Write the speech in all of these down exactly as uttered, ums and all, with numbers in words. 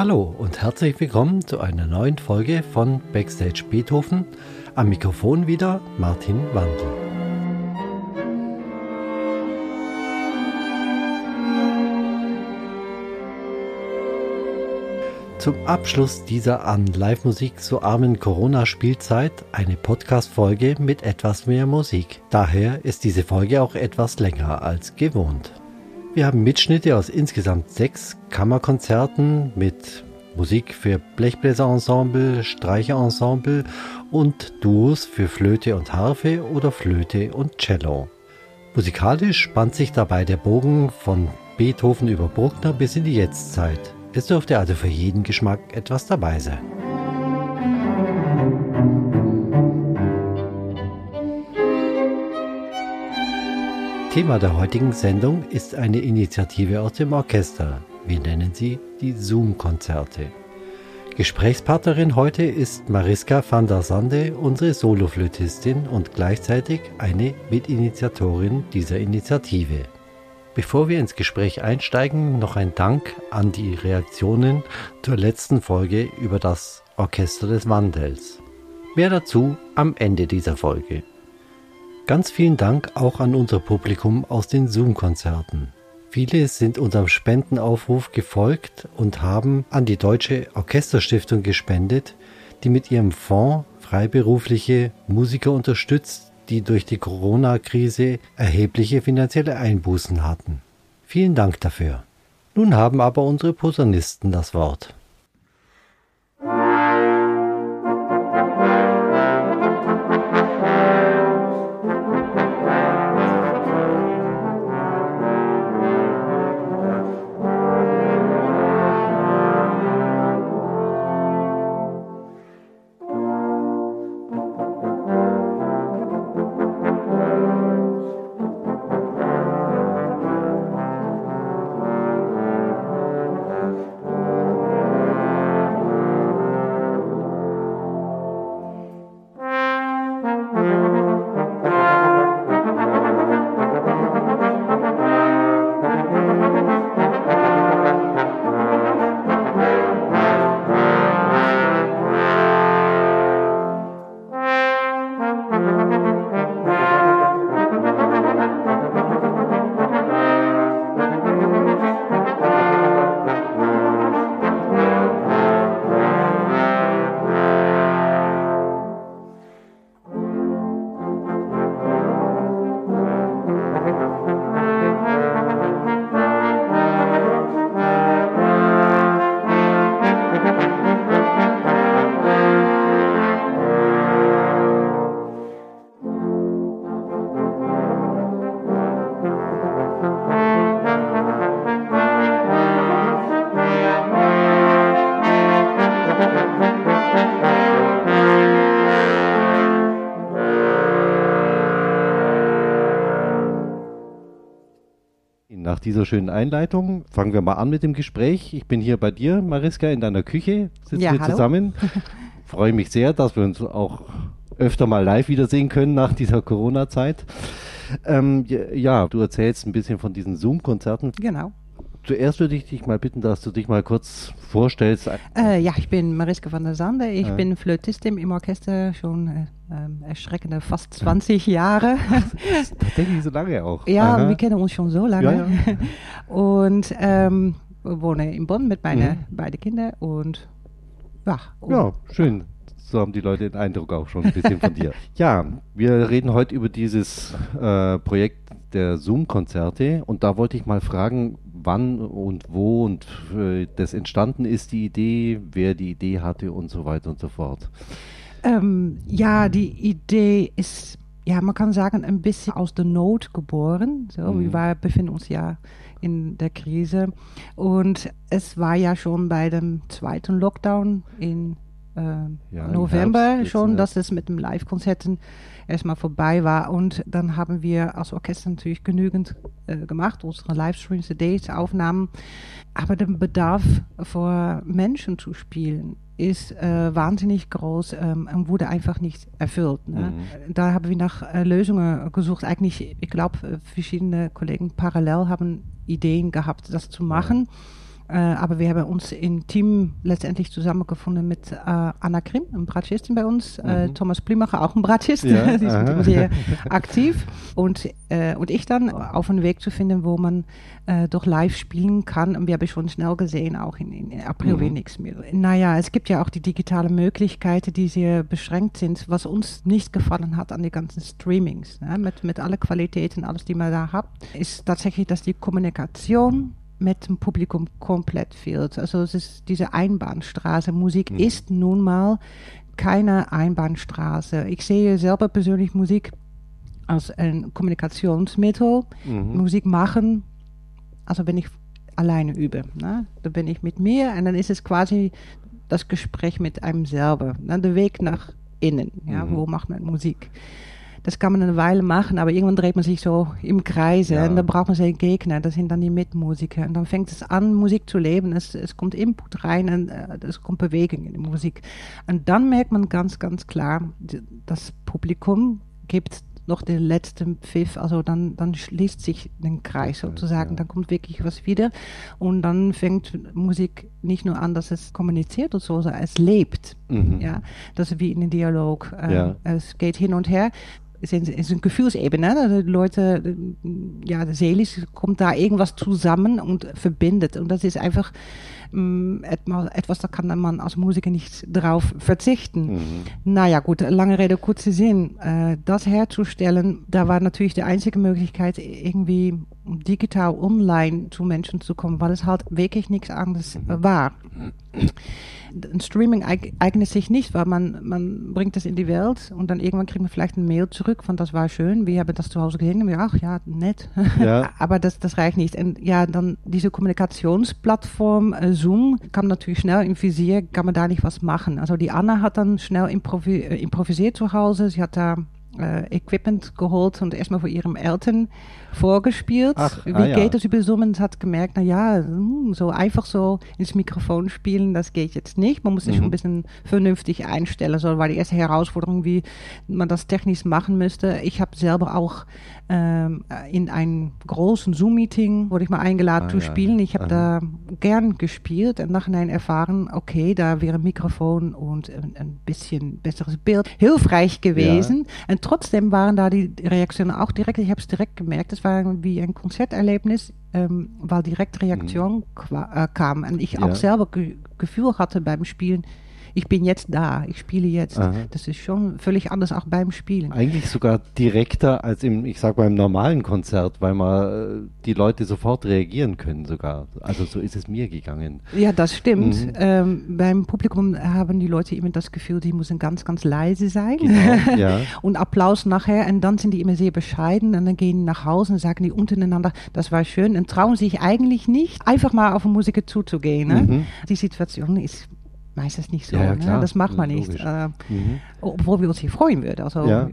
Hallo und herzlich willkommen zu einer neuen Folge von Backstage Beethoven. Am Mikrofon wieder Martin Wandl. Zum Abschluss dieser an Live-Musik so armen Corona-Spielzeit eine Podcast-Folge mit etwas mehr Musik. Daher ist diese Folge auch etwas länger als gewohnt. Wir haben Mitschnitte aus insgesamt sechs Kammerkonzerten mit Musik für Blechbläserensemble, Streicherensemble und Duos für Flöte und Harfe oder Flöte und Cello. Musikalisch spannt sich dabei der Bogen von Beethoven über Bruckner bis in die Jetztzeit. Es dürfte also für jeden Geschmack etwas dabei sein. Thema der heutigen Sendung ist eine Initiative aus dem Orchester. Wir nennen sie die Zoom-Konzerte. Gesprächspartnerin heute ist Mariska van der Sande, unsere Soloflötistin und gleichzeitig eine Mitinitiatorin dieser Initiative. Bevor wir ins Gespräch einsteigen, noch ein Dank an die Reaktionen zur letzten Folge über das Orchester des Wandels. Mehr dazu am Ende dieser Folge. Ganz vielen Dank auch an unser Publikum aus den Zoom-Konzerten. Viele sind unserem Spendenaufruf gefolgt und haben an die Deutsche Orchesterstiftung gespendet, die mit ihrem Fonds freiberufliche Musiker unterstützt, die durch die Corona-Krise erhebliche finanzielle Einbußen hatten. Vielen Dank dafür. Nun haben aber unsere Posaunisten das Wort. Nach dieser schönen Einleitung fangen wir mal an mit dem Gespräch. Ich bin hier bei dir, Mariska, in deiner Küche. Sitzen ja, wir hallo. zusammen. Freue mich sehr, dass wir uns auch öfter mal live wiedersehen können nach dieser Corona-Zeit. Ähm, ja, du erzählst ein bisschen von diesen Zoom-Konzerten. Genau. Zuerst würde ich dich mal bitten, dass du dich mal kurz vorstellst. Äh, ja, ich bin Mariska van der Sande. Ich ja. bin Flötistin im Orchester schon äh, äh, erschreckende fast zwanzig Jahre. Tatsächlich so lange auch. Ja, Aha. wir kennen uns schon so lange. Ja, ja. Und ähm, wohne in Bonn mit meinen mhm. beiden Kindern und ja. Und ja, schön. So haben die Leute den Eindruck auch schon ein bisschen von dir. Ja, wir reden heute über dieses äh, Projekt der Zoom-Konzerte und da wollte ich mal fragen, wann und wo und äh, das entstanden ist, die Idee, wer die Idee hatte und so weiter und so fort. Ähm, ja, die Idee ist, ja, man kann sagen, ein bisschen aus der Not geboren. So, mhm. Wir befinden uns ja in der Krise und es war ja schon bei dem zweiten Lockdown in äh, ja, November Herbst, schon, ja. dass es mit dem Live-Konzerten erstmal vorbei war und dann haben wir als Orchester natürlich genügend äh, gemacht, unsere Livestreams, C Ds, Aufnahmen, aber der Bedarf vor Menschen zu spielen ist äh, wahnsinnig groß ähm, und wurde einfach nicht erfüllt. Ne? Mhm. Da haben wir nach äh, Lösungen gesucht. Eigentlich, ich glaube, verschiedene Kollegen parallel haben Ideen gehabt, das zu machen. Äh, aber wir haben uns im Team letztendlich zusammengefunden mit äh, Anna Krim, ein Bratschistin bei uns, mhm. äh, Thomas Plümacher, auch ein Bratschist, ja, sie sind immer sehr aktiv und, äh, und ich dann auf einen Weg zu finden, wo man äh, doch live spielen kann. Und wir haben schon schnell gesehen, auch in, in April mhm. nichts mehr. Naja, es gibt ja auch die digitalen Möglichkeiten, die sehr beschränkt sind, was uns nicht gefallen hat an die ganzen Streamings, ne? mit, mit aller Qualität und alles, die man da hat, ist tatsächlich, dass die Kommunikation mit dem Publikum komplett fehlt. Also es ist diese Einbahnstraße. Musik mhm. ist nun mal keine Einbahnstraße. Ich sehe selber persönlich Musik als ein Kommunikationsmittel. Mhm. Musik machen, also wenn ich alleine übe, ne? Da bin ich mit mir und dann ist es quasi das Gespräch mit einem selber. Ne? Der Weg nach innen. Ja? Mhm. Wo macht man Musik? Das kann man eine Weile machen, aber irgendwann dreht man sich so im Kreise ja. und dann braucht man seinen Gegner, das sind dann die Mitmusiker. Und dann fängt es an, Musik zu leben, es, es kommt Input rein und äh, es kommt Bewegung in die Musik. Und dann merkt man ganz, ganz klar, das Publikum gibt noch den letzten Pfiff, also dann, dann schließt sich den Kreis sozusagen, ja. dann kommt wirklich was wieder und dann fängt Musik nicht nur an, dass es kommuniziert und so, sondern es lebt. Mhm. Ja? Das ist wie in einem Dialog. Äh, ja. Es geht hin und her. Es ist, ist eine Gefühlsebene. Also die Leute, ja, seelisch kommt da irgendwas zusammen und verbindet. Und das ist einfach ähm, etwas, da kann man als Musiker nicht drauf verzichten. Mhm. Naja, gut, lange Rede, kurzer Sinn. Äh, das herzustellen, da war natürlich die einzige Möglichkeit, irgendwie digital online zu Menschen zu kommen, weil es halt wirklich nichts anderes mhm. war. Ein Streaming eignet sich nicht, weil man, man bringt es in die Welt und dann irgendwann kriegt man vielleicht ein Mail zurück von das war schön, wir haben das zu Hause gesehen und wir, ach ja, nett. Ja. Aber das, das reicht nicht. Und ja, dann diese Kommunikationsplattform äh, Zoom kam natürlich schnell im Visier, kann man da nicht was machen. Also die Anna hat dann schnell improvi- äh, improvisiert zu Hause, sie hat da äh, Equipment geholt und erstmal vor ihren Eltern vorgespielt. Ach, Wie ah, geht ja. das über Zoom? Und hat gemerkt, na ja, so einfach so ins Mikrofon spielen, das geht jetzt nicht. Man muss sich mhm. schon ein bisschen vernünftig einstellen. So war die erste Herausforderung, wie man das technisch machen müsste. Ich habe selber auch ähm, in einem großen Zoom-Meeting wurde ich mal eingeladen ah, zu ja. spielen. Ich habe da gern gespielt und nachher erfahren, okay, da wäre Mikrofon und ein, ein bisschen besseres Bild hilfreich gewesen. Ja. Und trotzdem waren da die Reaktionen auch direkt, ich habe es direkt gemerkt, es war wie ein Konzerterlebnis, ähm, weil direkt Reaktion mhm. qua- äh, kam. Und ich ja. auch selber ge- Gefühl hatte beim Spielen, ich bin jetzt da, ich spiele jetzt. Aha. Das ist schon völlig anders auch beim Spielen. Eigentlich sogar direkter als im, ich sag beim normalen Konzert, weil man äh, die Leute sofort reagieren können sogar. Also so ist es mir gegangen. Ja, das stimmt. Mhm. Ähm, beim Publikum haben die Leute immer das Gefühl, die müssen ganz, ganz leise sein. Genau, ja. Und Applaus nachher. Und dann sind die immer sehr bescheiden und dann gehen die nach Hause und sagen die untereinander, das war schön und trauen sich eigentlich nicht, einfach mal auf einen Musiker zuzugehen. Ne? Mhm. Die Situation ist meistens nicht so, ja, ja, ne? Das macht man nicht, äh, mhm. obwohl wir uns hier freuen würden. Also, ja,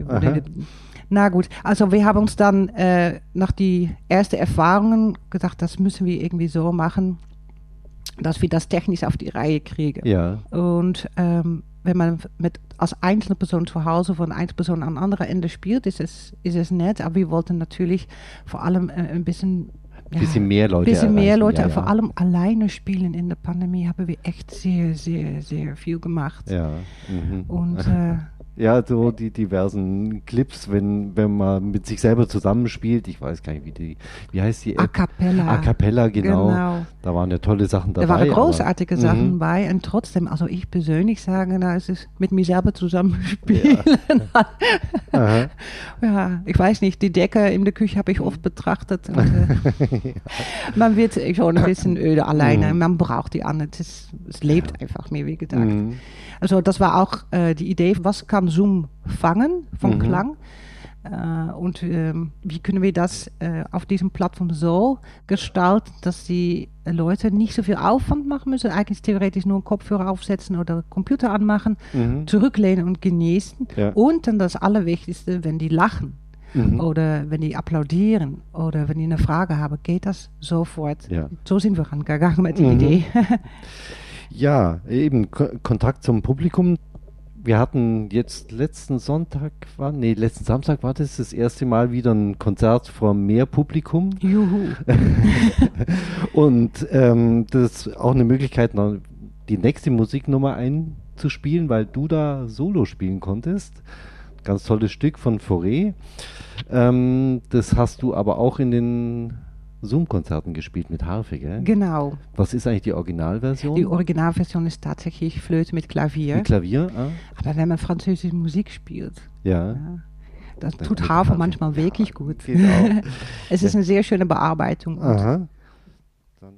na gut, also wir haben uns dann äh, nach die ersten Erfahrungen gedacht, das müssen wir irgendwie so machen, dass wir das technisch auf die Reihe kriegen. Ja. Und ähm, wenn man mit als einzelne Person zu Hause von einer Person an andere Ende spielt, ist es, ist es nett, aber wir wollten natürlich vor allem äh, ein bisschen Ein ja, bisschen mehr Leute. bisschen mehr Leute, ja, ja. Vor allem alleine spielen in der Pandemie haben wir echt sehr, sehr, sehr viel gemacht. Ja. Mhm. Und äh, ja, so die diversen Clips, wenn, wenn man mit sich selber zusammenspielt, ich weiß gar nicht, wie die, wie heißt die App? A Cappella. A Cappella, genau. genau. Da waren ja tolle Sachen dabei. Da waren großartige aber, Sachen m- bei und trotzdem, also ich persönlich sage, da ist es mit mir selber zusammenspielen. Ja. Ja, ich weiß nicht, die Decke in der Küche habe ich oft betrachtet. Und, äh, ja. Man wird schon ein bisschen öde alleine, mhm. man braucht die anderen, es, es lebt einfach mehr, wie gesagt. Mhm. Also das war auch äh, die Idee, was kann Zoom fangen vom mhm. Klang äh, und ähm, wie können wir das äh, auf diesem Plattform so gestalten, dass die Leute nicht so viel Aufwand machen müssen, eigentlich theoretisch nur einen Kopfhörer aufsetzen oder Computer anmachen, mhm. zurücklehnen und genießen ja. und dann das Allerwichtigste, wenn die lachen. Mhm. Oder wenn die applaudieren oder wenn die eine Frage haben, geht das sofort. Ja. So sind wir rangegangen mit der mhm. Idee. Ja, eben K- Kontakt zum Publikum. wir hatten jetzt letzten Sonntag, war, nee, letzten Samstag war das das erste Mal wieder ein Konzert vor mehr Publikum. Juhu. Und ähm, das ist auch eine Möglichkeit, noch die nächste Musiknummer einzuspielen, weil du da Solo spielen konntest. Ganz tolles Stück von Fauré. Ähm, das hast du aber auch in den Zoom-Konzerten gespielt mit Harfe, gell? Genau. Was ist eigentlich die Originalversion? Die Originalversion ist tatsächlich Flöte mit Klavier. Mit Klavier, ah. Aber wenn man französische Musik spielt, ja. ja, das Dann tut mit Harfe Harfe. manchmal wirklich gut. Genau. Es ist Ja. eine sehr schöne Bearbeitung. Aha. Dann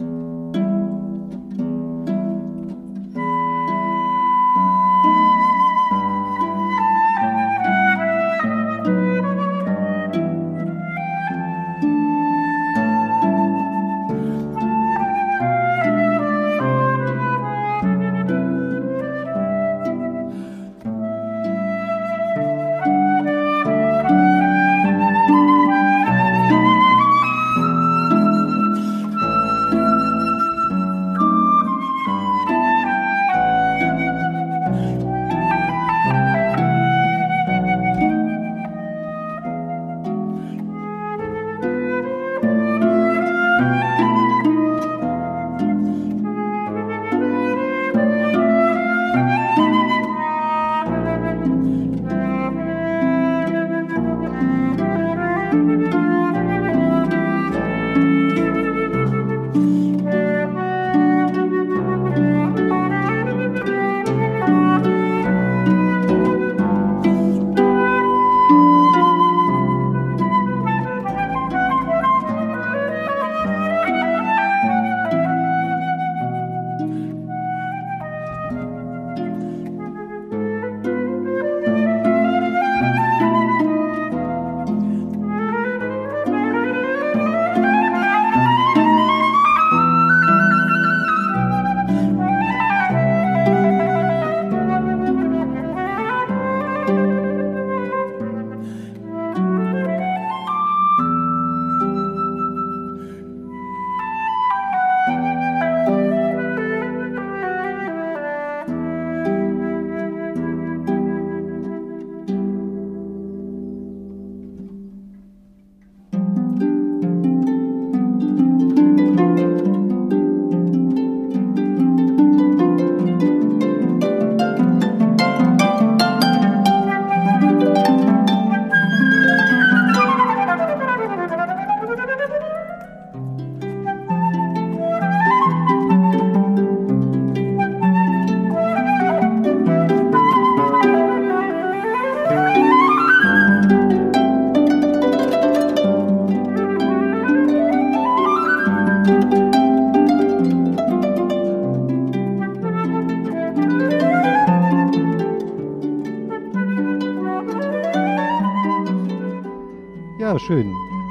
Ja, schön.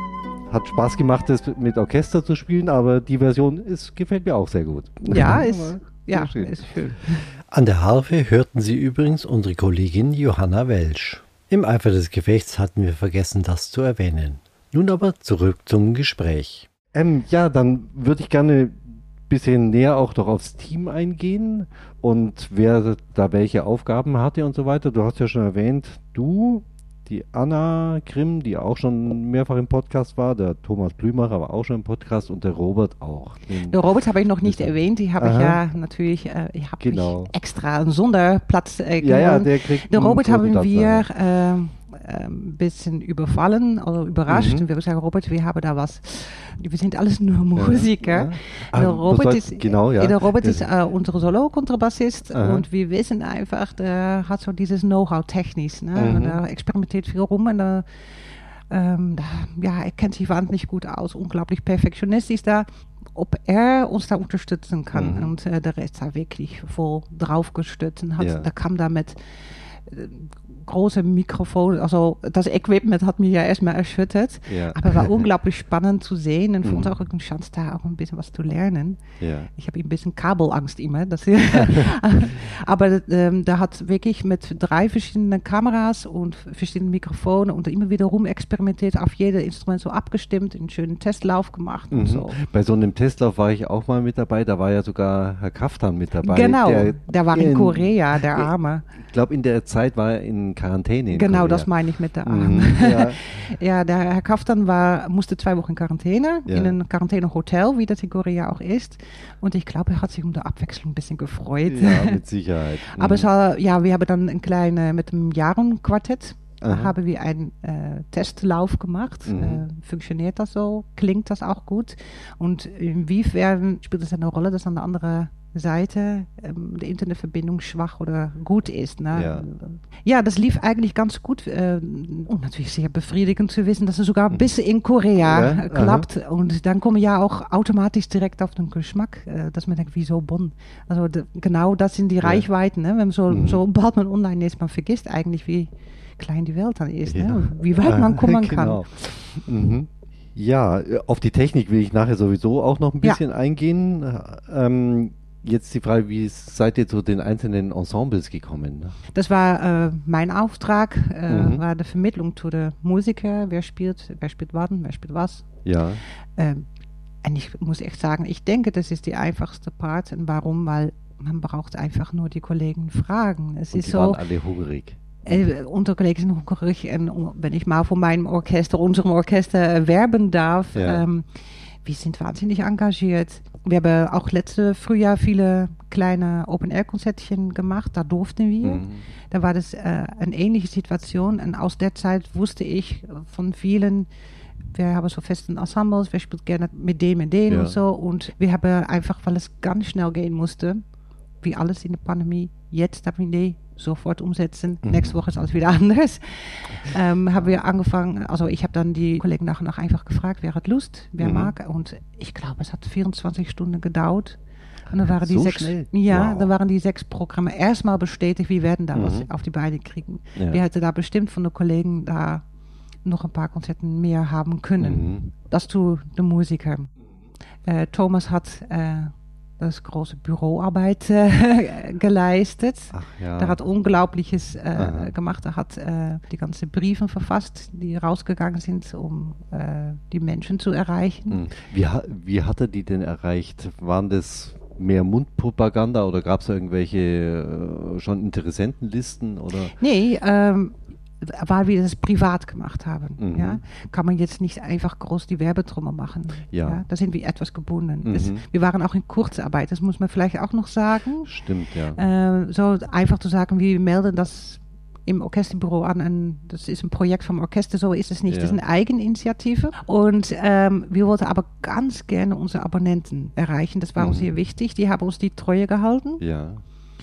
Hat Spaß gemacht, das mit Orchester zu spielen, aber die Version ist, gefällt mir auch sehr gut. Ja, ist, ja, schön. ist schön. An der Harfe hörten Sie übrigens unsere Kollegin Johanna Welsch. Im Eifer des Gefechts hatten wir vergessen, das zu erwähnen. Nun aber zurück zum Gespräch. Ähm, ja, dann würde ich gerne ein bisschen näher auch noch aufs Team eingehen und wer da welche Aufgaben hatte und so weiter. Du hast ja schon erwähnt, du, die Anna Grimm, die auch schon mehrfach im Podcast war, der Thomas Blümacher war auch schon im Podcast und der Robert auch. Den Der Robert habe ich noch nicht erwähnt, die habe ich Aha. ja natürlich, äh, ich habe Genau. mich extra einen Sonderplatz äh, Ja, ja, genommen. der kriegt Der einen Robert haben Platz, wir ja. äh, ein bisschen überfallen oder überrascht. Mhm. Und wir haben gesagt, Robert, wir haben da was. Wir sind alles nur Musiker. Ja. Der Ah, Robert soll- ist, genau, ja. der Robert Der- ist äh, unser Solo-Kontrabassist Aha. und wir wissen einfach, der hat so dieses Know-how technisch. Ne? Mhm. Und er experimentiert viel rum und er, ähm, ja, er kennt sich wahnsinnig gut aus, unglaublich perfektionistisch da. Ob er uns da unterstützen kann. Mhm. Und äh, der Rest hat wirklich voll drauf gestützt und hat, Ja. der kam da mit große Mikrofon, also das Equipment hat mich ja erstmal erschüttert, ja. aber war unglaublich spannend zu sehen und für mhm. uns auch eine Chance, da auch ein bisschen was zu lernen. Ja. Ich habe ein bisschen Kabelangst immer, dass aber ähm, da hat wirklich mit drei verschiedenen Kameras und verschiedenen Mikrofonen und immer wieder rumexperimentiert, auf jedes Instrument so abgestimmt, einen schönen Testlauf gemacht mhm. und so. Bei so einem Testlauf war ich auch mal mit dabei, da war ja sogar Herr Kaftan mit dabei. Genau, der, der war in, in Korea, der Arme. Ich glaube, in der Zeit war er in Quarantäne. In genau, Korea. Das meine ich mit der Arme. Mhm, ja. ja, der Herr Kaftan war, musste zwei Wochen in Quarantäne, ja. in einem Quarantänehotel, wie das in Korea auch ist. Und ich glaube, er hat sich um die Abwechslung ein bisschen gefreut. Ja, mit Sicherheit. Mhm. Aber es war, ja, wir haben dann ein kleines, mit dem Jahren-Quartett, Aha. haben wir einen äh, Testlauf gemacht. Mhm. Äh, funktioniert das so? Klingt das auch gut? Und inwiefern spielt es eine Rolle, dass an der anderen Seite ähm, die Internetverbindung schwach oder gut ist? Ne? Ja. ja, das lief eigentlich ganz gut. Äh, und natürlich sehr befriedigend zu wissen, dass es sogar bis in Korea ja? klappt. Aha. Und dann kommen ja auch automatisch direkt auf den Geschmack, äh, dass man denkt, wieso Bonn? Also de, genau das sind die ja. Reichweiten. Ne? Wenn man so, mhm. sobald man online ist, man vergisst eigentlich, wie klein die Welt dann ist, ja. ne? Wie weit man kommen genau. kann. Mhm. Ja, auf die Technik will ich nachher sowieso auch noch ein bisschen ja. eingehen. Ähm, jetzt die Frage, wie seid ihr zu den einzelnen Ensembles gekommen? Das war äh, mein Auftrag, äh, mhm. war die Vermittlung zu den Musikern, wer spielt, wer spielt wann, wer spielt was. Ja. Ähm, und ich muss echt sagen, ich denke, das ist die einfachste Part. Und warum? Weil man braucht einfach nur die Kollegen fragen. Es Und ist die so, waren alle hungrig. Äh, unsere Kollegen sind hungrig und wenn ich mal von meinem Orchester, unserem Orchester äh, werben darf, ja. ähm, wir sind wahnsinnig engagiert. Wir haben auch letztes Frühjahr viele kleine Open-Air-Konzertchen gemacht, da durften wir. Mhm. Da war das äh, eine ähnliche Situation und aus der Zeit wusste ich von vielen, wir haben so festen Ensembles, wer spielt gerne mit dem und dem ja. und so und wir haben einfach, weil es ganz schnell gehen musste, wie alles in der Pandemie, jetzt haben wir die sofort umsetzen. Mhm. Nächste Woche ist alles wieder anders. Ähm, haben wir angefangen, also ich habe dann die Kollegen nach und nach einfach gefragt, wer hat Lust, wer mhm. mag. Und ich glaube, es hat vierundzwanzig Stunden gedauert. Und dann waren die so sechs, schnell? ja, Wow. dann waren die sechs Programme erstmal bestätigt, wir werden da mhm. was auf die Beine kriegen. Ja. Wir hätten da bestimmt von den Kollegen da noch ein paar Konzerte mehr haben können. Mhm. Das zu den Musikern. Äh, Thomas hat äh, das große Büroarbeit äh, geleistet. Ach, ja. Der hat Unglaubliches äh, gemacht. Er hat äh, die ganzen Briefe verfasst, die rausgegangen sind, um äh, die Menschen zu erreichen. Wie, wie hat er die denn erreicht? Waren das mehr Mundpropaganda oder gab es irgendwelche äh, schon Interessentenlisten? Oder? Nee, ähm, weil wir das privat gemacht haben, mhm. ja, kann man jetzt nicht einfach groß die Werbetrommel machen. Ja. Ja, da sind wir etwas gebunden. Mhm. Das, wir waren auch in Kurzarbeit, das muss man vielleicht auch noch sagen. Stimmt, ja. Äh, so einfach zu sagen, wir melden das im Orchesterbüro an, ein, das ist ein Projekt vom Orchester, so ist es nicht, ja. Das ist eine Eigeninitiative. Und ähm, wir wollten aber ganz gerne unsere Abonnenten erreichen, das war mhm. uns sehr wichtig, die haben uns die Treue gehalten. Ja.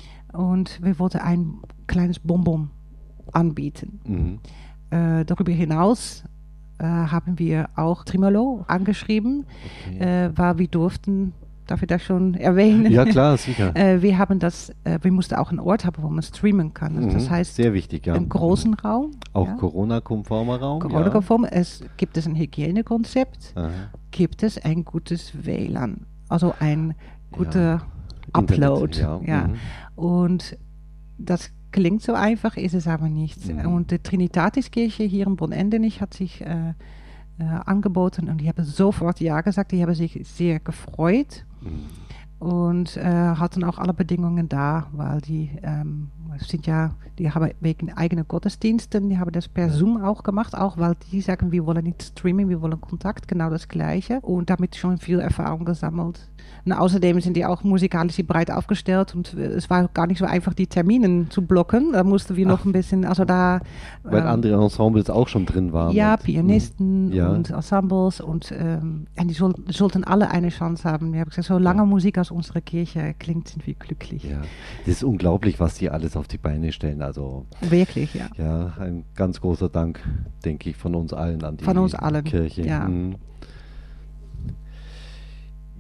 Und wir wollten ein kleines Bonbon anbieten. Mhm. Äh, darüber hinaus äh, haben wir auch Tremolo angeschrieben, okay. äh, weil wir durften, darf ich das schon erwähnen? Ja klar, sicher. äh, wir haben das, äh, wir mussten auch einen Ort haben, wo man streamen kann. Also mhm. Das heißt, sehr wichtig, ja. einen großen Raum. Auch ja. Corona-konformer Raum? Corona-konform. Ja. Es gibt es ein Hygienekonzept, Aha. gibt es ein gutes W L A N, also ein guter ja. Upload. Internet, ja. Ja. Mhm. Und das klingt so einfach, ist es aber nicht. Mhm. Und die Trinitatiskirche hier in Bonn-Endenich hat sich äh, äh, angeboten und die haben sofort Ja gesagt, die haben sich sehr gefreut mhm. und äh, hatten auch alle Bedingungen da, weil die ähm, sind ja, die haben wegen eigenen Gottesdiensten, die haben das per Zoom auch gemacht, auch weil die sagen, wir wollen nicht streamen, wir wollen Kontakt, genau das Gleiche und damit schon viel Erfahrung gesammelt. Und außerdem sind die auch musikalisch breit aufgestellt und es war gar nicht so einfach, die Termine zu blocken. Da mussten wir Ach, noch ein bisschen, also da... Weil ähm, andere Ensembles auch schon drin waren. Ja, und, Pianisten ja. und Ensembles und, ähm, und die soll, sollten alle eine Chance haben. Wir haben gesagt, solange ja. Musik aus unserer Kirche klingt, sind wir glücklich. Ja, das ist unglaublich, was die alles auf die Beine stellen. Also wirklich, ja. Ja, ein ganz großer Dank, denke ich, von uns allen an die von uns allen. Kirche. Ja. Mhm.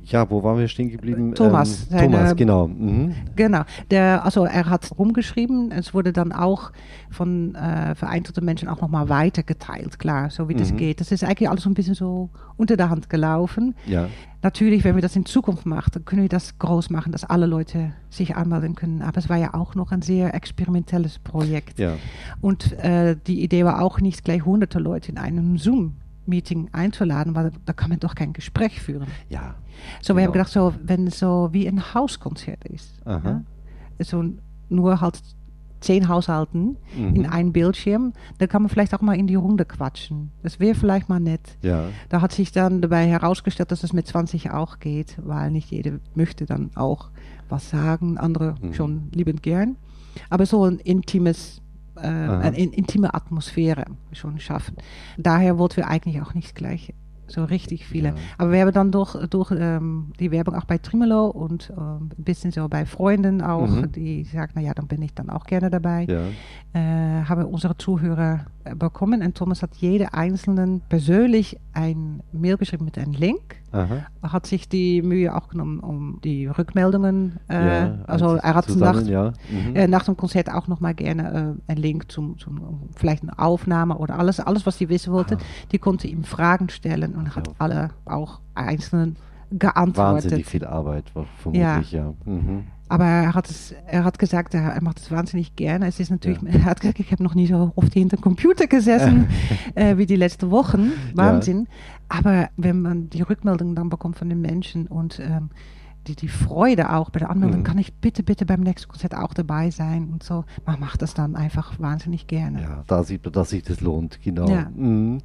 Ja, wo waren wir stehen geblieben? Thomas. Ähm, Thomas, seine, genau. Mhm. Genau. Der, also er hat rumgeschrieben. Es wurde dann auch von äh, vereinzelten Menschen auch nochmal weitergeteilt, klar, so wie Mhm. das geht. Das ist eigentlich alles so ein bisschen so unter der Hand gelaufen. Ja. Natürlich, wenn wir das in Zukunft machen, dann können wir das groß machen, dass alle Leute sich anmelden können. Aber es war ja auch noch ein sehr experimentelles Projekt. Ja. Und äh, die Idee war auch nicht gleich hunderte Leute in einem Zoom-Meeting einzuladen, weil da kann man doch kein Gespräch führen. Ja. So, wir Genau. haben gedacht, so, wenn es so wie ein Hauskonzert ist, Aha. ja, so nur halt zehn Haushalten Mhm. in einem Bildschirm, dann kann man vielleicht auch mal in die Runde quatschen. Das wäre vielleicht mal nett. Ja. Da hat sich dann dabei herausgestellt, dass es mit zwanzig auch geht, weil nicht jeder möchte dann auch was sagen, andere Mhm. schon liebend gern. Aber so ein intimes, äh, eine in, intime Atmosphäre schon schaffen. Daher wollten wir eigentlich auch nicht gleich so richtig viele. Ja. Aber wir haben dann durch, durch ähm, die Werbung auch bei Trimelo und ähm, ein bisschen so bei Freunden auch, Mhm. die sagen, naja, dann bin ich dann auch gerne dabei, Ja. äh, haben wir unsere Zuhörer äh, bekommen. Und Thomas hat jede Einzelnen persönlich ein Mail geschrieben mit einem Link. Aha. Hat sich die Mühe auch genommen, um die Rückmeldungen, äh, Ja, also alles er hat zusammen, nach, ja. Mhm. äh, nach dem Konzert auch nochmal gerne äh, einen Link zum, zum, vielleicht eine Aufnahme oder alles, alles was sie wissen wollte. Ah. Die konnte ihm Fragen stellen und hat Ja. alle auch einzeln geantwortet. Wahnsinnig viel Arbeit, vermutlich, ja. Mhm. Aber er hat, es, er hat gesagt, er, er macht es wahnsinnig gerne. Es ist natürlich, ja. Er hat gesagt, ich habe noch nie so oft hinter dem Computer gesessen äh, wie die letzten Wochen. Wahnsinn. Ja. Aber wenn man die Rückmeldungen dann bekommt von den Menschen und ähm, die, die Freude auch bei der Anmeldung, mhm. kann ich bitte, bitte beim nächsten Konzert auch dabei sein und so. Man macht das dann einfach wahnsinnig gerne. Ja, da sieht man, dass sich das lohnt, genau. Ja. Mhm.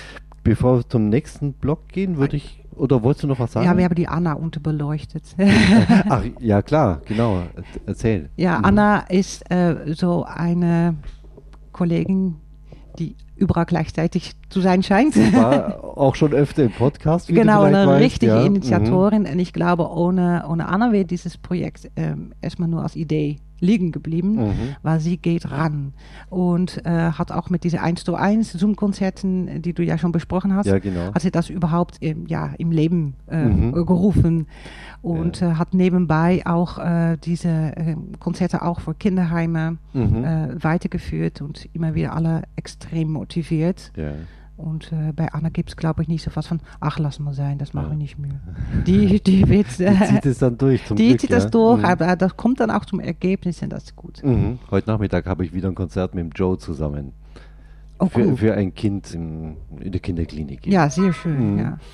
Bevor wir zum nächsten Block gehen, würde ich, oder wolltest du noch was sagen? Ja, wir haben die Anna unterbeleuchtet. Ach, ja klar, genau. Erzähl. Ja, mhm. Anna ist äh, so eine Kollegin, die überall gleichzeitig zu sein scheint. Sie war auch schon öfter im Podcast. Wie genau, du eine weißt, richtige ja. Initiatorin. Mhm. Und ich glaube, ohne, ohne Anna wäre dieses Projekt ähm, erstmal nur als Idee liegen geblieben, mhm. weil sie geht ran und äh, hat auch mit diesen eins zu eins Zoom-Konzerten, die du ja schon besprochen hast, ja, genau. hat sie das überhaupt im, ja, im Leben äh, mhm. gerufen und ja. äh, hat nebenbei auch äh, diese äh, Konzerte auch für Kinderheime mhm. äh, weitergeführt und immer wieder alle extrem motiviert. Ja. Und äh, bei Anna gibt es, glaube ich, nicht so was von, ach, lass mal sein, das machen ja. wir nicht mehr. Die, die, wird, äh, die zieht es dann durch, zum Die Glück, zieht ja? das durch, mhm. aber das kommt dann auch zum Ergebnis und das ist gut. Mhm. Heute Nachmittag habe ich wieder ein Konzert mit dem Joe zusammen. Oh, für, cool. für ein Kind in, in der Kinderklinik. Ja, sehr schön, mhm. ja.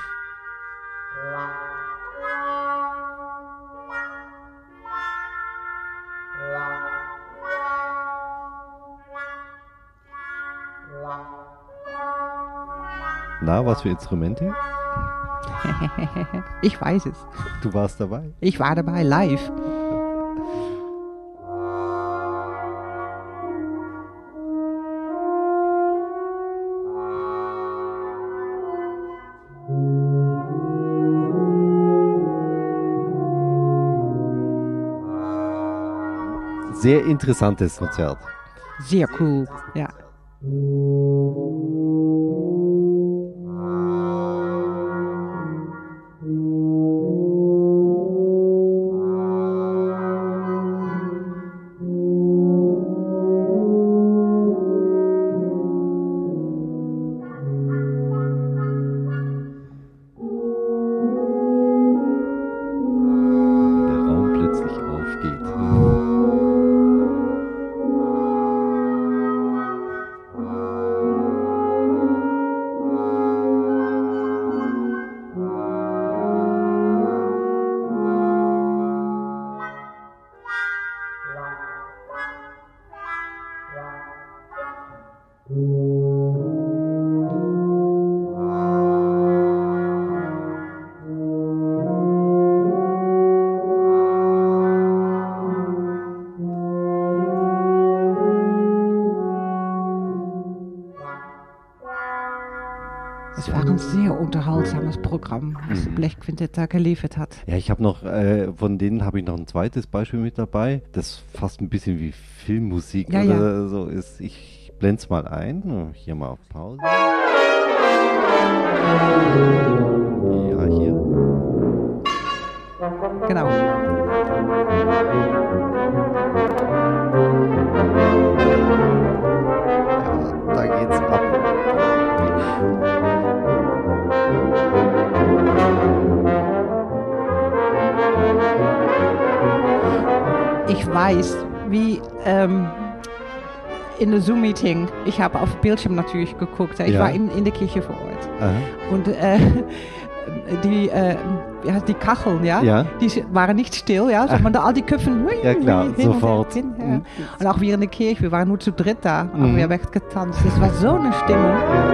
Na, was für Instrumente? Ich weiß es. Du warst dabei? Ich war dabei, live. Sehr interessantes Konzert. Sehr cool, ja. Es war ein sehr unterhaltsames Programm, was mhm. Blechquintett da geliefert hat. Ja, ich habe noch, äh, von denen habe ich noch ein zweites Beispiel mit dabei, das fast ein bisschen wie Filmmusik ja, oder ja. so ist. Ich blende es mal ein, hier mal auf Pause. Ja, hier. genau. Da geht's ab. Ich weiß, wie ähm, in der Zoom-Meeting, ich habe auf Bildschirm natürlich geguckt, ich ja. war in, in der Kirche vor Ort. Aha. Und äh, die, äh, ja, die Kacheln, ja, ja, die waren nicht still, ja, sondern all die Köpfen, ja klar, hin sofort. Und, hin, ja. Und auch wir in der Kirche, wir waren nur zu dritt da, aber mhm. wir haben echt getanzt. Es war so eine Stimmung.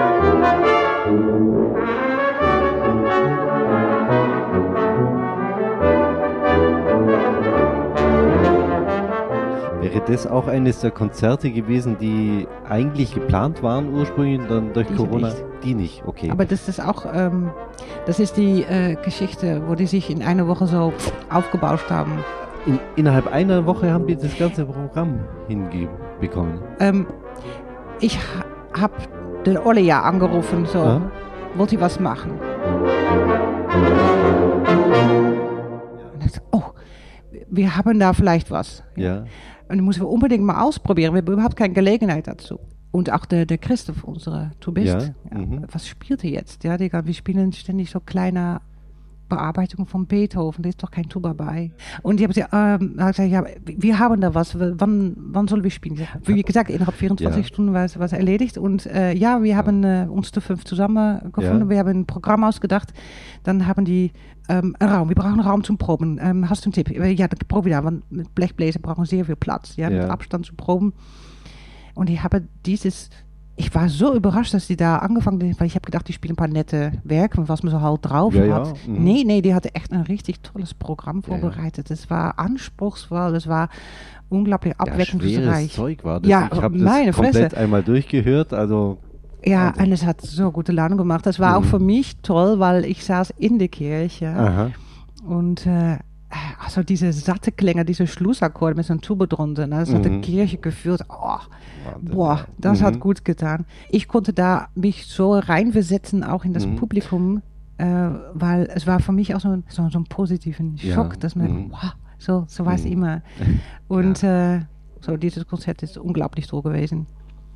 Wäre das auch eines der Konzerte gewesen, die eigentlich geplant waren ursprünglich, dann durch Diese Corona? nicht. Die nicht, okay. Aber das ist auch, ähm, das ist die äh, Geschichte, wo die sich in einer Woche so aufgebauscht haben. In, innerhalb einer Woche haben die das ganze Programm hinbekommen. Ähm, ich ha habe den Olle ja angerufen, so, ah. wollt ihr was machen? Und ich so, oh, wir haben da vielleicht was. Ja. Und das müssen wir unbedingt mal ausprobieren. Wir haben überhaupt keine Gelegenheit dazu. Und auch der, der Christoph, unser Tubist, ja. Ja, mhm. was spielt er jetzt? Ja, die, wir spielen ständig so kleine Bearbeitungen von Beethoven, da ist doch kein Tuba bei. Und die haben gesagt, ähm, gesagt, ja, wir haben da was, wann, wann sollen wir spielen? Wie gesagt, innerhalb vierundzwanzig ja. Stunden war es was erledigt. Und äh, ja, wir haben äh, uns zu fünf zusammengefunden, ja. wir haben ein Programm ausgedacht, dann haben die ähm, einen Raum, wir brauchen einen Raum zum Proben. Ähm, hast du einen Tipp? Ja, dann proben wir da, weil mit Blechbläser brauchen wir sehr viel Platz, ja, ja. mit Abstand zu proben. Und ich habe dieses... Ich war so überrascht, dass die da angefangen haben, weil ich habe gedacht, die spielen ein paar nette Werke, was man so halt drauf ja, hat. Ja. Mhm. Nee, nee, die hatte echt ein richtig tolles Programm vorbereitet. Es ja, ja. war anspruchsvoll, es war unglaublich abwechslungsreich. Ja, schweres Zeug war das. Ja, ich habe das komplett Fresse. einmal durchgehört, also... Ja, also. Und es hat so gute Laune gemacht. Das war mhm. auch für mich toll, weil ich saß in der Kirche Aha. und... Äh, also diese satte Klänge, diese Schlussakkorde mit so einem Tuba drunter, das mhm. hat die Kirche gefühlt. Oh, boah, das mhm. hat gut getan. Ich konnte da mich so reinversetzen, auch in das mhm. Publikum, äh, weil es war für mich auch so ein, so, so ein positiven Schock, ja. dass man, mhm. wow, so, so war es mhm. immer. Und ja. äh, so dieses Konzert ist unglaublich toll gewesen.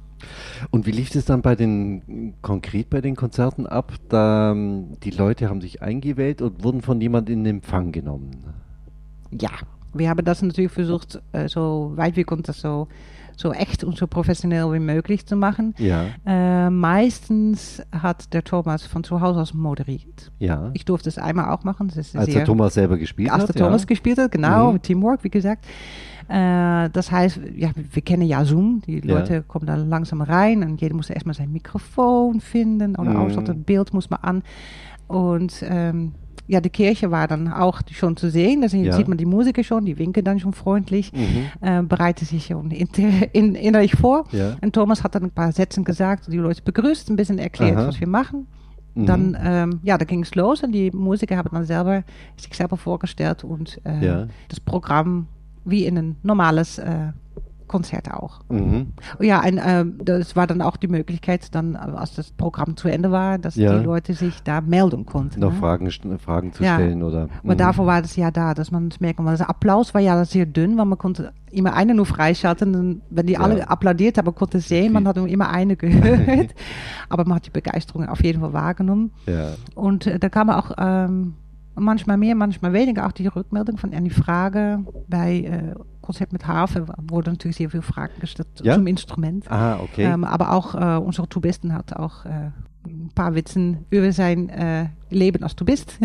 Und wie lief es dann bei den, konkret bei den Konzerten ab? Da, die Leute haben sich eingewählt und wurden von jemandem in Empfang genommen? Ja, wir haben das natürlich versucht, äh, so weit wie konnten, das so, so echt und so professionell wie möglich zu machen. Ja. Äh, meistens hat der Thomas von zu Hause aus moderiert. Ja. Ich durfte es einmal auch machen. Das ist als sehr, der Thomas selber gespielt als hat? Als der Thomas ja. gespielt hat, genau, mhm. Teamwork, wie gesagt. Äh, das heißt, ja, wir kennen ja Zoom. Die Leute ja. kommen da langsam rein und jeder muss erstmal sein Mikrofon finden oder mhm. ausschalten, das Bild muss man an. Und ähm, ja, die Kirche war dann auch schon zu sehen. Da ja. sieht man die Musiker schon, die winken dann schon freundlich, mhm. äh, bereiten sich schon inter, in, innerlich vor. Ja. Und Thomas hat dann ein paar Sätze gesagt, die Leute begrüßt, ein bisschen erklärt, Aha. was wir machen. Mhm. Dann, ähm, ja, da ging es los und die Musiker haben dann selber sich selber vorgestellt und äh, ja. das Programm wie in ein normales äh, Konzert auch. Mhm. Ja, ein, äh, das war dann auch die Möglichkeit, dann, als das Programm zu Ende war, dass ja. die Leute sich da melden konnten. Noch ne? Fragen, Fragen zu ja. stellen, oder? Aber mhm. davor war das ja da, dass man es merken konnte. Der Applaus war ja sehr dünn, weil man konnte immer eine nur freischalten. Und wenn die ja. alle applaudiert haben, konnte es sehen, man hat nur immer eine gehört. Aber man hat die Begeisterung auf jeden Fall wahrgenommen. Ja. Und äh, da kam auch ähm, manchmal mehr, manchmal weniger auch die Rückmeldung von einer Frage bei äh, Konzert mit Harfe wurde natürlich sehr viele Fragen gestellt ja? zum Instrument. Ah, okay. Ähm, aber auch äh, unser Tubisten hat auch äh, ein paar Witzen über sein äh, Leben als Tubist.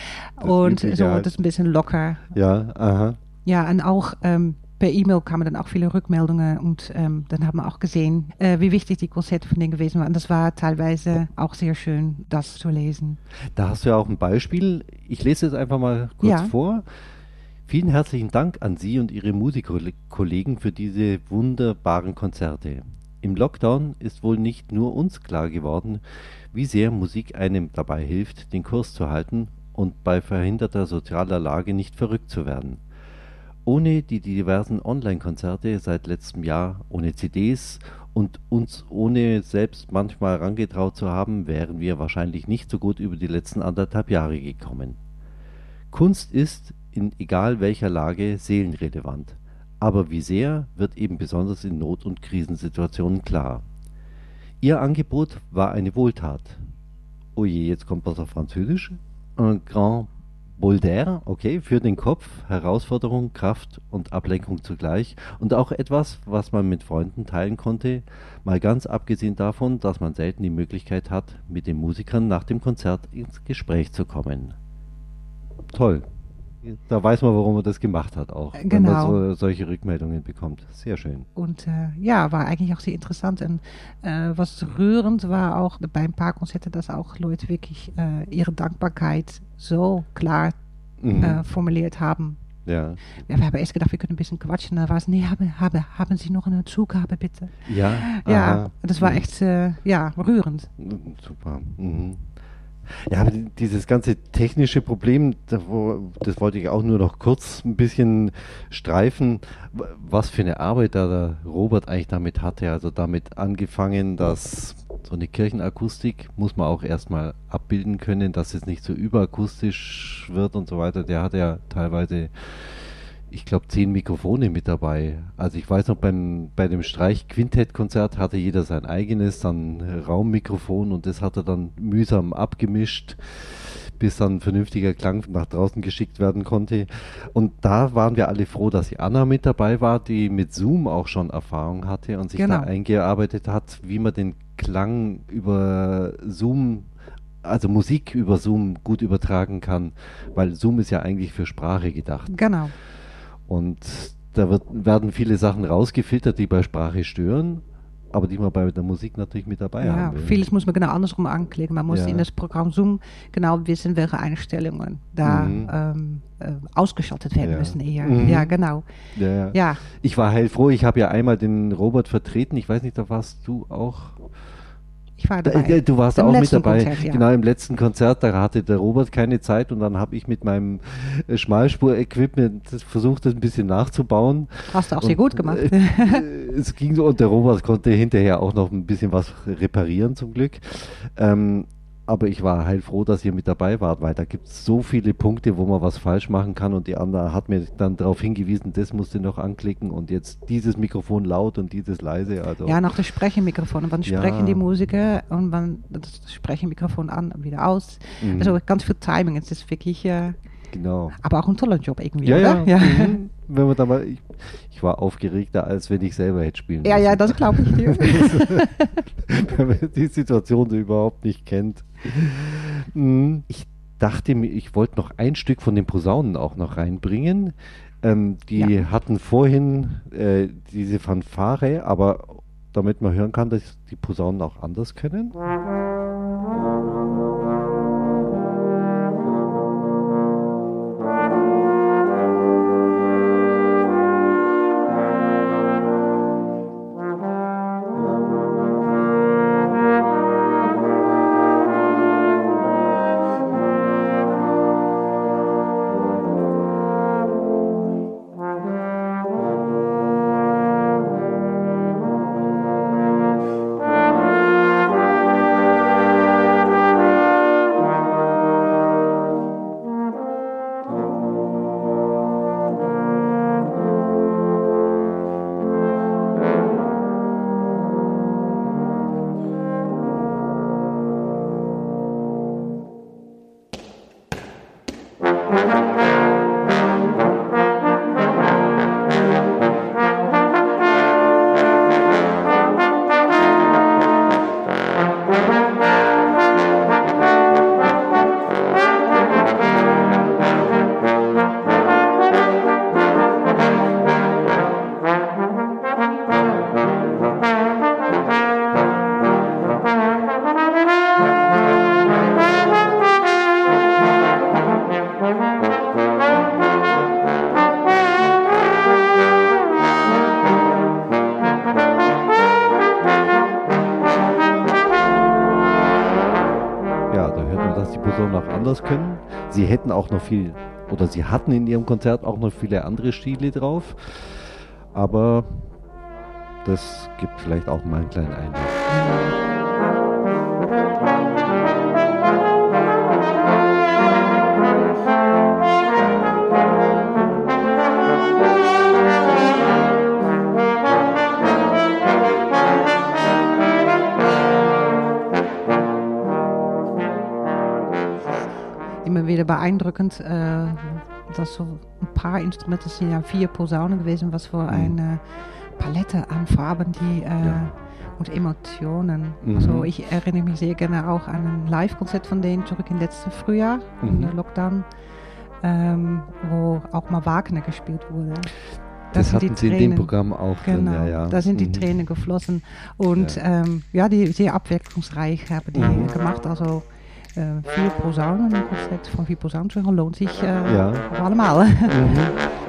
Und so ja. das ist ein bisschen locker. Ja, aha. Ja, und auch ähm, per E-Mail kamen dann auch viele Rückmeldungen und ähm, dann haben wir auch gesehen, äh, wie wichtig die Konzerte von denen gewesen waren. Und das war teilweise auch sehr schön, das zu lesen. Da hast du ja auch ein Beispiel. Ich lese es einfach mal kurz ja. vor. Vielen herzlichen Dank an Sie und Ihre Musikkollegen für diese wunderbaren Konzerte. Im Lockdown ist wohl nicht nur uns klar geworden, wie sehr Musik einem dabei hilft, den Kurs zu halten und bei verhinderter sozialer Lage nicht verrückt zu werden. Ohne die diversen Online-Konzerte seit letztem Jahr, ohne C Ds und uns ohne selbst manchmal herangetraut zu haben, wären wir wahrscheinlich nicht so gut über die letzten anderthalb Jahre gekommen. Kunst ist, in egal welcher Lage seelenrelevant. Aber wie sehr, wird eben besonders in Not- und Krisensituationen klar. Ihr Angebot war eine Wohltat. Oh je, jetzt kommt was auf Französisch. Un grand bol d'air, okay, für den Kopf, Herausforderung, Kraft und Ablenkung zugleich. Und auch etwas, was man mit Freunden teilen konnte, mal ganz abgesehen davon, dass man selten die Möglichkeit hat, mit den Musikern nach dem Konzert ins Gespräch zu kommen. Toll. Da weiß man, warum man das gemacht hat auch, Genau. wenn man so, solche Rückmeldungen bekommt. Sehr schön. Und äh, ja, war eigentlich auch sehr interessant. Und äh, was rührend war auch bei ein paar Konzerten, dass auch Leute wirklich äh, ihre Dankbarkeit so klar Mhm. äh, formuliert haben. Ja. Ja, wir haben erst gedacht, wir können ein bisschen quatschen. Da war es, nee, haben, haben, haben Sie noch eine Zugabe, bitte? Ja, Ja, aha. das war Mhm. echt, äh, ja, rührend. Super. Mhm. Ja, aber die- dieses ganze technische Problem, da wo- das wollte ich auch nur noch kurz ein bisschen streifen, w- was für eine Arbeit da der Robert eigentlich damit hatte. Also damit angefangen, dass so eine Kirchenakustik muss man auch erstmal abbilden können, dass es nicht so überakustisch wird und so weiter. Der hat ja teilweise, ich glaube, zehn Mikrofone mit dabei. Also ich weiß noch, beim, bei dem Streich-Quintett-Konzert hatte jeder sein eigenes, dann Raummikrofon und das hat er dann mühsam abgemischt, bis dann ein vernünftiger Klang nach draußen geschickt werden konnte. Und da waren wir alle froh, dass die Anna mit dabei war, die mit Zoom auch schon Erfahrung hatte und sich Genau. da eingearbeitet hat, wie man den Klang über Zoom, also Musik über Zoom gut übertragen kann, weil Zoom ist ja eigentlich für Sprache gedacht. Genau. Und da wird, werden viele Sachen rausgefiltert, die bei Sprache stören, aber die man bei der Musik natürlich mit dabei Ja, haben will. vieles muss man genau andersrum anklicken. Man muss Ja. in das Programm Zoom genau wissen, welche Einstellungen da Mhm. ähm, äh, ausgeschaltet werden Ja. müssen eher. Mhm. Ja, genau. Ja, ja. Ja, Ich war heilfroh, ich habe ja einmal den Robert vertreten, ich weiß nicht, da warst du auch. ich war Da, dabei. äh, du warst Im auch mit letzten dabei. Konzert, ja. Genau, im letzten Konzert, da hatte der Robert keine Zeit und dann habe ich mit meinem äh, Schmalspur-Equipment das versucht, das ein bisschen nachzubauen. Hast du auch sehr Und, gut gemacht. Äh, es ging so und der Robert konnte hinterher auch noch ein bisschen was reparieren zum Glück. Ähm, aber ich war heilfroh, dass ihr mit dabei wart, weil da gibt es so viele Punkte, wo man was falsch machen kann und die andere hat mir dann darauf hingewiesen, das musst du noch anklicken und jetzt dieses Mikrofon laut und dieses leise. Also Ja, noch das Sprechenmikrofon. Und wann Ja. sprechen die Musiker und wann das Sprechenmikrofon an und wieder aus. Mhm. Also ganz viel Timing. Es ist wirklich, äh, genau. aber auch ein toller Job irgendwie, Ja, oder? ja. Ja, Mhm. Wenn man da mal, ich, ich war aufgeregter, als wenn ich selber hätte spielen ja, müssen. ja, das glaube ich dir. Wenn man die Situation so überhaupt nicht kennt. Mhm. Ich dachte mir, ich wollte noch ein Stück von den Posaunen auch noch reinbringen. Ähm, die Ja. hatten vorhin äh, diese Fanfare, aber damit man hören kann, dass die Posaunen auch anders können. Ja, da hört man, dass die Posaunen auch anders können. Sie hätten auch noch viel, oder sie hatten in ihrem Konzert auch noch viele andere Stile drauf. Aber das gibt vielleicht auch mal einen kleinen Eindruck. beeindruckend, äh, dass so ein paar Instrumente, das sind ja vier Posaunen gewesen, was für eine Palette an Farben die, äh, ja. und Emotionen. Mhm. Also ich erinnere mich sehr gerne auch an ein Live-Konzert von denen zurück im letzten Frühjahr, mhm. in der Lockdown, ähm, wo auch mal Wagner gespielt wurde. Das, das hatten Sie in dem Programm auch genau, drin, ja, ja. Da sind die mhm. Tränen geflossen und ja, ähm, ja die sehr abwechslungsreich haben die mhm. gemacht. Also äh, vier Posaunen, ein Konzert von vier Posaunen zu hören, lohnt sich äh, ja. für allemal. Mhm.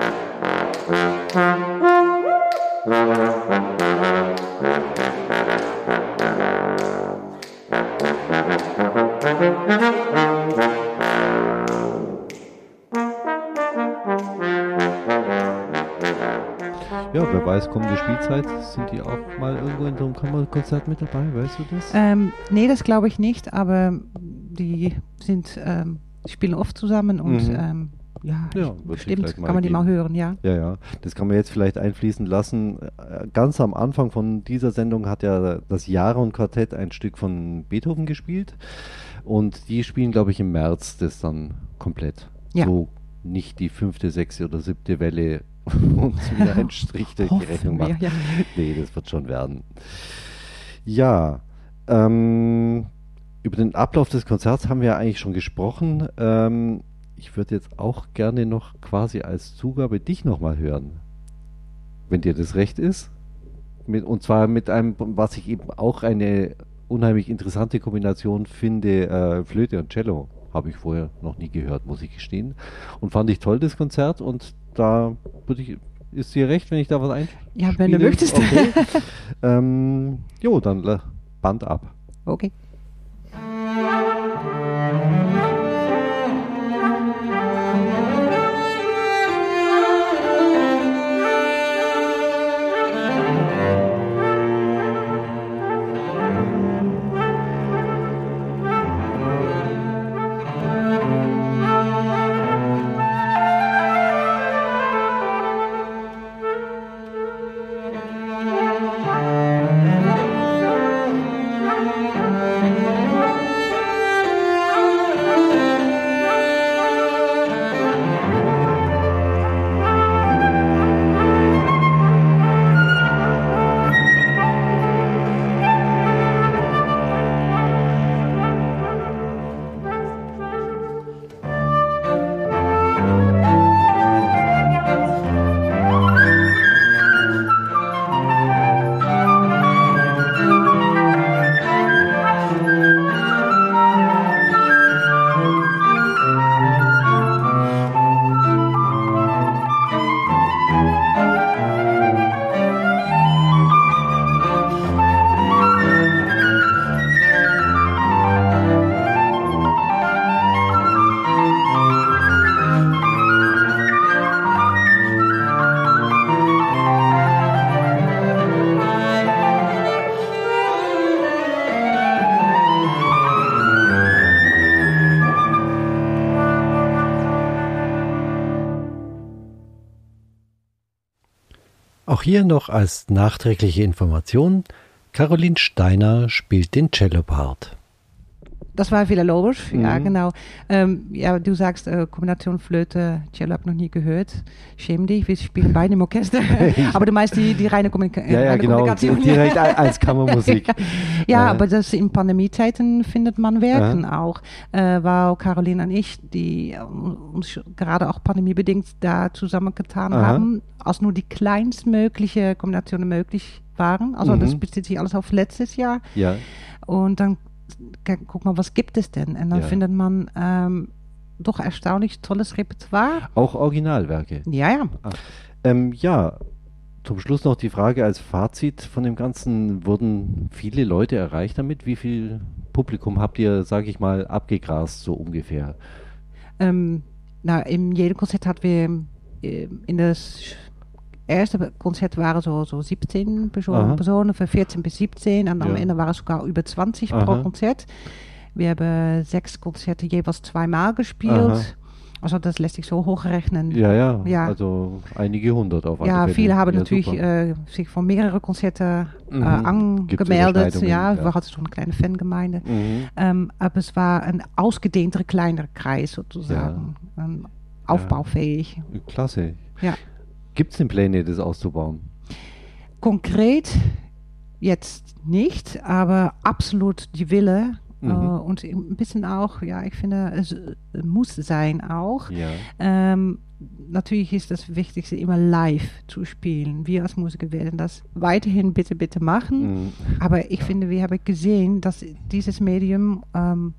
Ja, wer weiß, kommende Spielzeit, sind die auch mal irgendwo in so einem Kammerkonzert mit dabei, weißt du das? Ähm, nee, das glaube ich nicht, aber die sind, ähm, die spielen oft zusammen und mhm. ähm, ja, ja bestimmt kann man die mal hören, ja. Ja, ja, das kann man jetzt vielleicht einfließen lassen. Ganz am Anfang von dieser Sendung hat ja das Jaron-Quartett ein Stück von Beethoven gespielt und die spielen, glaube ich, im März das dann komplett. Ja. So nicht die fünfte, sechste oder siebte Welle uns wieder einen Strich durch die Rechnung machen. Ja. Nee, das wird schon werden. Ja, ähm, über den Ablauf des Konzerts haben wir ja eigentlich schon gesprochen. Ähm, ich würde jetzt auch gerne noch quasi als Zugabe dich nochmal hören, wenn dir das recht ist. Mit, und zwar mit einem, was ich eben auch eine unheimlich interessante Kombination finde, äh, Flöte und Cello. Habe ich vorher noch nie gehört, muss ich gestehen. Und fand ich toll, das Konzert. Und da würde ich, ist dir recht, wenn ich da was einspiele? Ja, wenn du möchtest. Okay. ähm, jo, dann Band ab. Okay. Auch hier noch als nachträgliche Information, Caroline Steiner spielt den Cello-Part. Das war Villa-Lobos, mhm. ja genau. Ähm, ja, du sagst äh, Kombination Flöte, Cello habe ich noch nie gehört. Schäm dich, wir spielen beide im Orchester. Aber du meinst die, die reine, Kommunika ja, ja, reine genau, Kommunikation. Direkt als Kammermusik. ja, ja äh. aber das in Pandemiezeiten findet man Werken äh. auch. Äh, weil Caroline und ich, die äh, uns gerade auch pandemiebedingt da zusammengetan Aha. haben, als nur die kleinstmögliche Kombinationen möglich waren. Also mhm. das bezieht sich alles auf letztes Jahr. Ja. Und dann guck mal, was gibt es denn? Und dann ja. findet man ähm, doch erstaunlich tolles Repertoire. Auch Originalwerke? Ja, ja. Ah. Ähm, ja, zum Schluss noch die Frage als Fazit von dem Ganzen. Wurden viele Leute erreicht damit? Wie viel Publikum habt ihr, sage ich mal, abgegrast, so ungefähr? Ähm, na, in jedem Konzert hatten wir äh, in das erste Konzert waren so, so siebzehn Personen, Personen, von vierzehn bis siebzehn. Und am ja. Ende waren es sogar über zwanzig Aha. pro Konzert. Wir haben sechs Konzerte jeweils zweimal gespielt. Aha. Also das lässt sich so hochrechnen. Ja, ja, Ja. also einige hundert auf alle Ja, Fälle. viele haben Ja, natürlich super. äh, sich von mehreren Konzerten äh, Mhm. Gibt's angemeldet. Überschneidungen, Ja, ja. wir hatten so eine kleine Fangemeinde. Mhm. Ähm, aber es war ein ausgedehnter, kleiner Kreis sozusagen. Ähm, aufbaufähig. Klasse. Ja. Gibt es denn Pläne, das auszubauen? Konkret jetzt nicht, aber absolut die Wille. Mhm. Äh, und ein bisschen auch, ja, ich finde, es muss sein auch. Ja. Ähm, natürlich ist das Wichtigste immer live zu spielen. Wir als Musiker werden das weiterhin bitte, bitte machen. Mhm. Aber ich finde, wir haben gesehen, dass dieses Medium, ähm,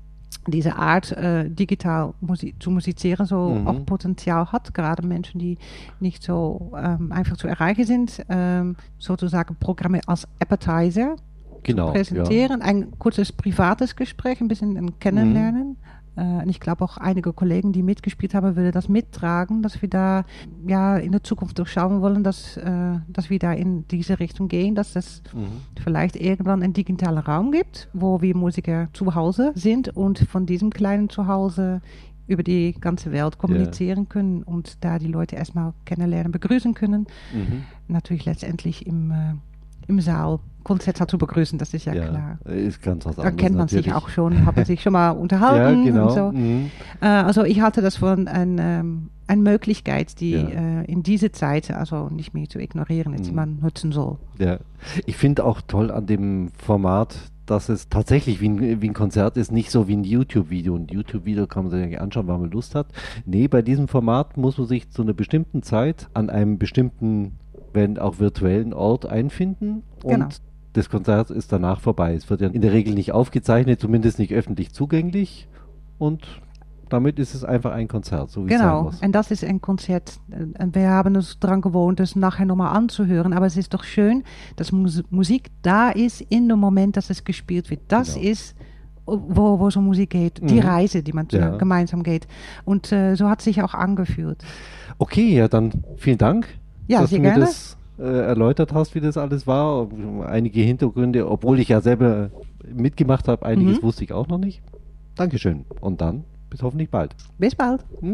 diese Art, äh, digital musi zu musizieren, so Mhm. auch Potenzial hat. Gerade Menschen, die nicht so ähm, einfach zu erreichen sind, ähm, sozusagen Programme als Appetizer Genau. zu präsentieren. Ein kurzes privates Gespräch, ein bisschen ein Kennenlernen. Äh, und ich glaube auch einige Kollegen, die mitgespielt haben, würden das mittragen, dass wir da ja in der Zukunft durchschauen wollen, dass, äh, dass wir da in diese Richtung gehen, dass es Ja. Mhm. vielleicht irgendwann einen digitalen Raum gibt, wo wir Musiker zu Hause sind und von diesem kleinen Zuhause über die ganze Welt kommunizieren können und da die Leute erstmal kennenlernen, begrüßen können. Mhm. Natürlich letztendlich im, äh, im Saal Konzert zu begrüßen, das ist ja, klar. Ist ganz was Da anderes. kennt man natürlich. sich auch schon, hat man sich schon mal unterhalten. Ja, genau. Und so. Mhm. Äh, also ich halte das für ein, ähm, eine Möglichkeit, die Ja. äh, in dieser Zeit also nicht mehr zu ignorieren ist, die Mhm. man nutzen soll. Ja. Ich finde auch toll an dem Format, dass es tatsächlich wie ein, wie ein Konzert ist, nicht so wie ein YouTube-Video. Ein YouTube-Video kann man sich eigentlich anschauen, wann man Lust hat. Nee, bei diesem Format muss man sich zu einer bestimmten Zeit an einem bestimmten, wenn auch virtuellen Ort einfinden und Genau. das Konzert ist danach vorbei. Es wird ja in der Regel nicht aufgezeichnet, zumindest nicht öffentlich zugänglich und damit ist es einfach ein Konzert, so wie es sein Genau, muss. und das ist ein Konzert. Und wir haben uns daran gewohnt, das nachher nochmal anzuhören. Aber es ist doch schön, dass Mus Musik da ist in dem Moment, dass es gespielt wird. Das Genau. ist, wo, wo so Musik geht. Die Mhm. Reise, die man zu- Ja. gemeinsam geht. Und äh, so hat sich auch angefühlt. Okay, ja, dann vielen Dank, Ja, dass sehr du mir gerne. das äh, erläutert hast, wie das alles war. Einige Hintergründe, obwohl ich ja selber mitgemacht habe, einiges Mhm. wusste ich auch noch nicht. Dankeschön und dann bis hoffentlich bald. Bis bald. Hm?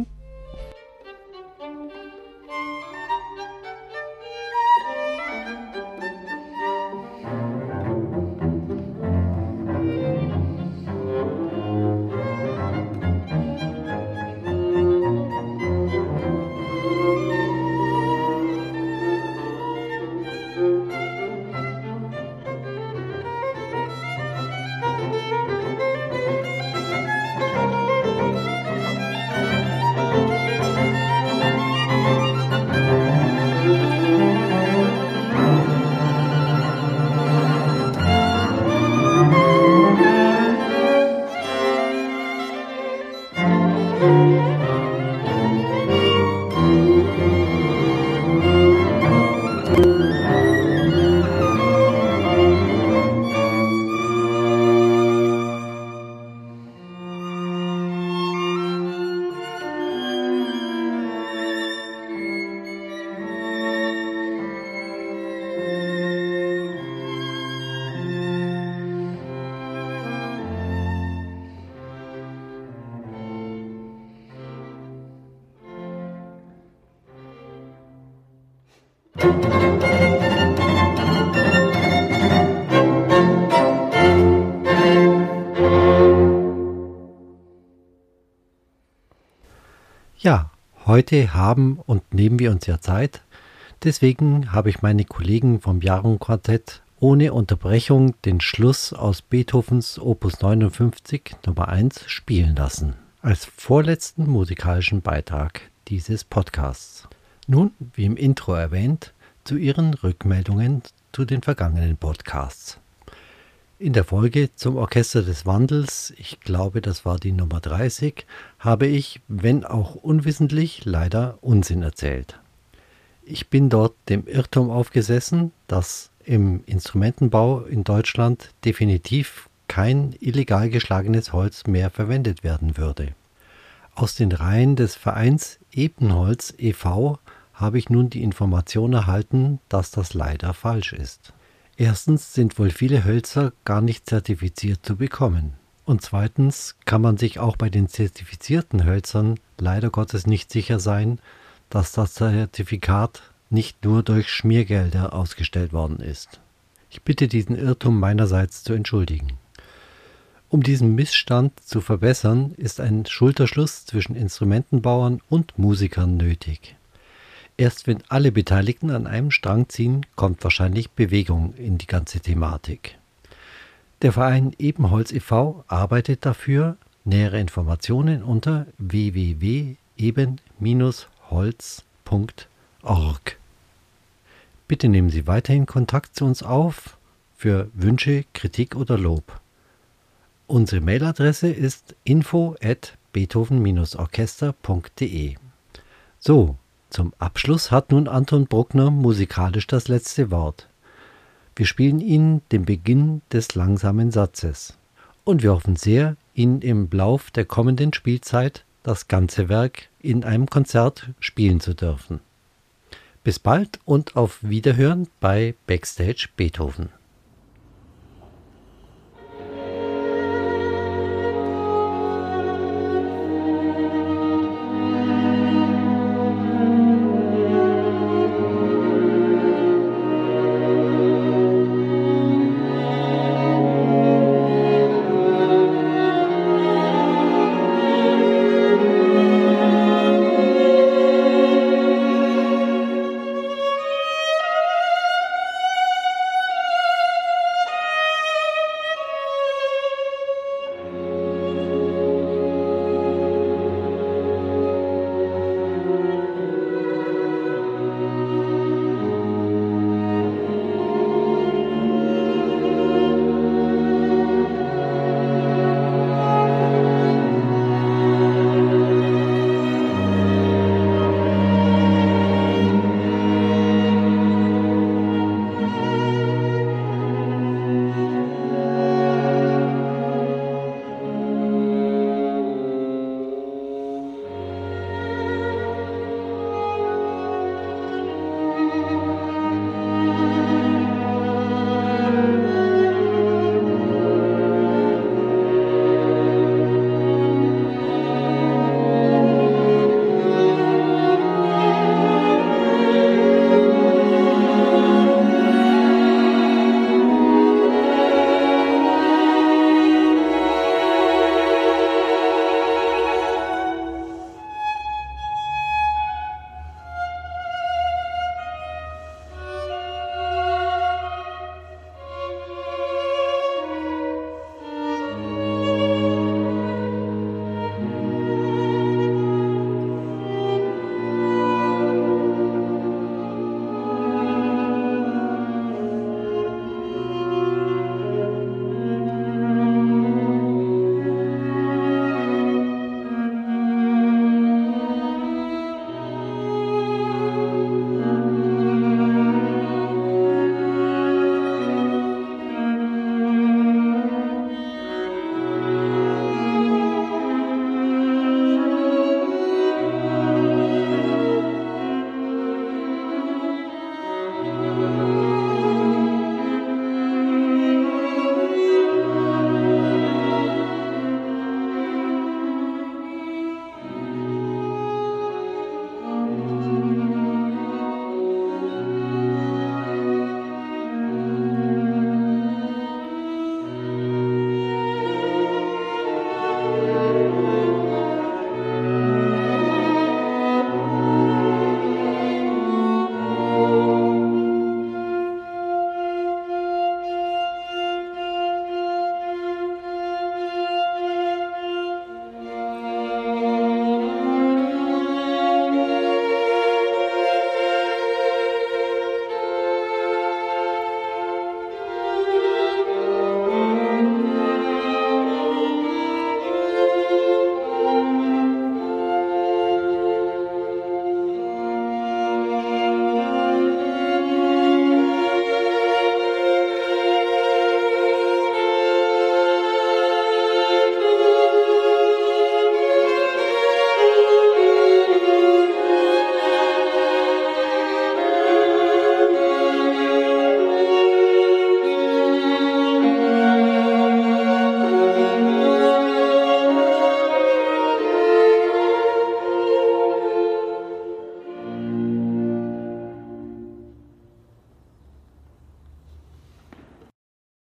Ja, heute haben und nehmen wir uns ja Zeit. Deswegen habe ich meine Kollegen vom Jaron-Quartett ohne Unterbrechung den Schluss aus Beethovens Opus neunundfünfzig Nummer eins spielen lassen, als vorletzten musikalischen Beitrag dieses Podcasts. Nun, wie im Intro erwähnt, zu Ihren Rückmeldungen zu den vergangenen Podcasts. In der Folge zum Orchester des Wandels, ich glaube, das war die Nummer dreißig, habe ich, wenn auch unwissentlich, leider Unsinn erzählt. Ich bin dort dem Irrtum aufgesessen, dass im Instrumentenbau in Deutschland definitiv kein illegal geschlagenes Holz mehr verwendet werden würde. Aus den Reihen des Vereins Ebenholz e V habe ich nun die Information erhalten, dass das leider falsch ist. Erstens sind wohl viele Hölzer gar nicht zertifiziert zu bekommen. Und zweitens kann man sich auch bei den zertifizierten Hölzern leider Gottes nicht sicher sein, dass das Zertifikat nicht nur durch Schmiergelder ausgestellt worden ist. Ich bitte diesen Irrtum meinerseits zu entschuldigen. Um diesen Missstand zu verbessern, ist ein Schulterschluss zwischen Instrumentenbauern und Musikern nötig. Erst wenn alle Beteiligten an einem Strang ziehen, kommt wahrscheinlich Bewegung in die ganze Thematik. Der Verein Ebenholz e V arbeitet dafür. Nähere Informationen unter w w w punkt eben Bindestrich holz punkt org. Bitte nehmen Sie weiterhin Kontakt zu uns auf für Wünsche, Kritik oder Lob. Unsere Mailadresse ist info at beethoven Bindestrich orchester punkt de. So, zum Abschluss hat nun Anton Bruckner musikalisch das letzte Wort. Wir spielen Ihnen den Beginn des langsamen Satzes. Und wir hoffen sehr, Ihnen im Lauf der kommenden Spielzeit das ganze Werk in einem Konzert spielen zu dürfen. Bis bald und auf Wiederhören bei Backstage Beethoven.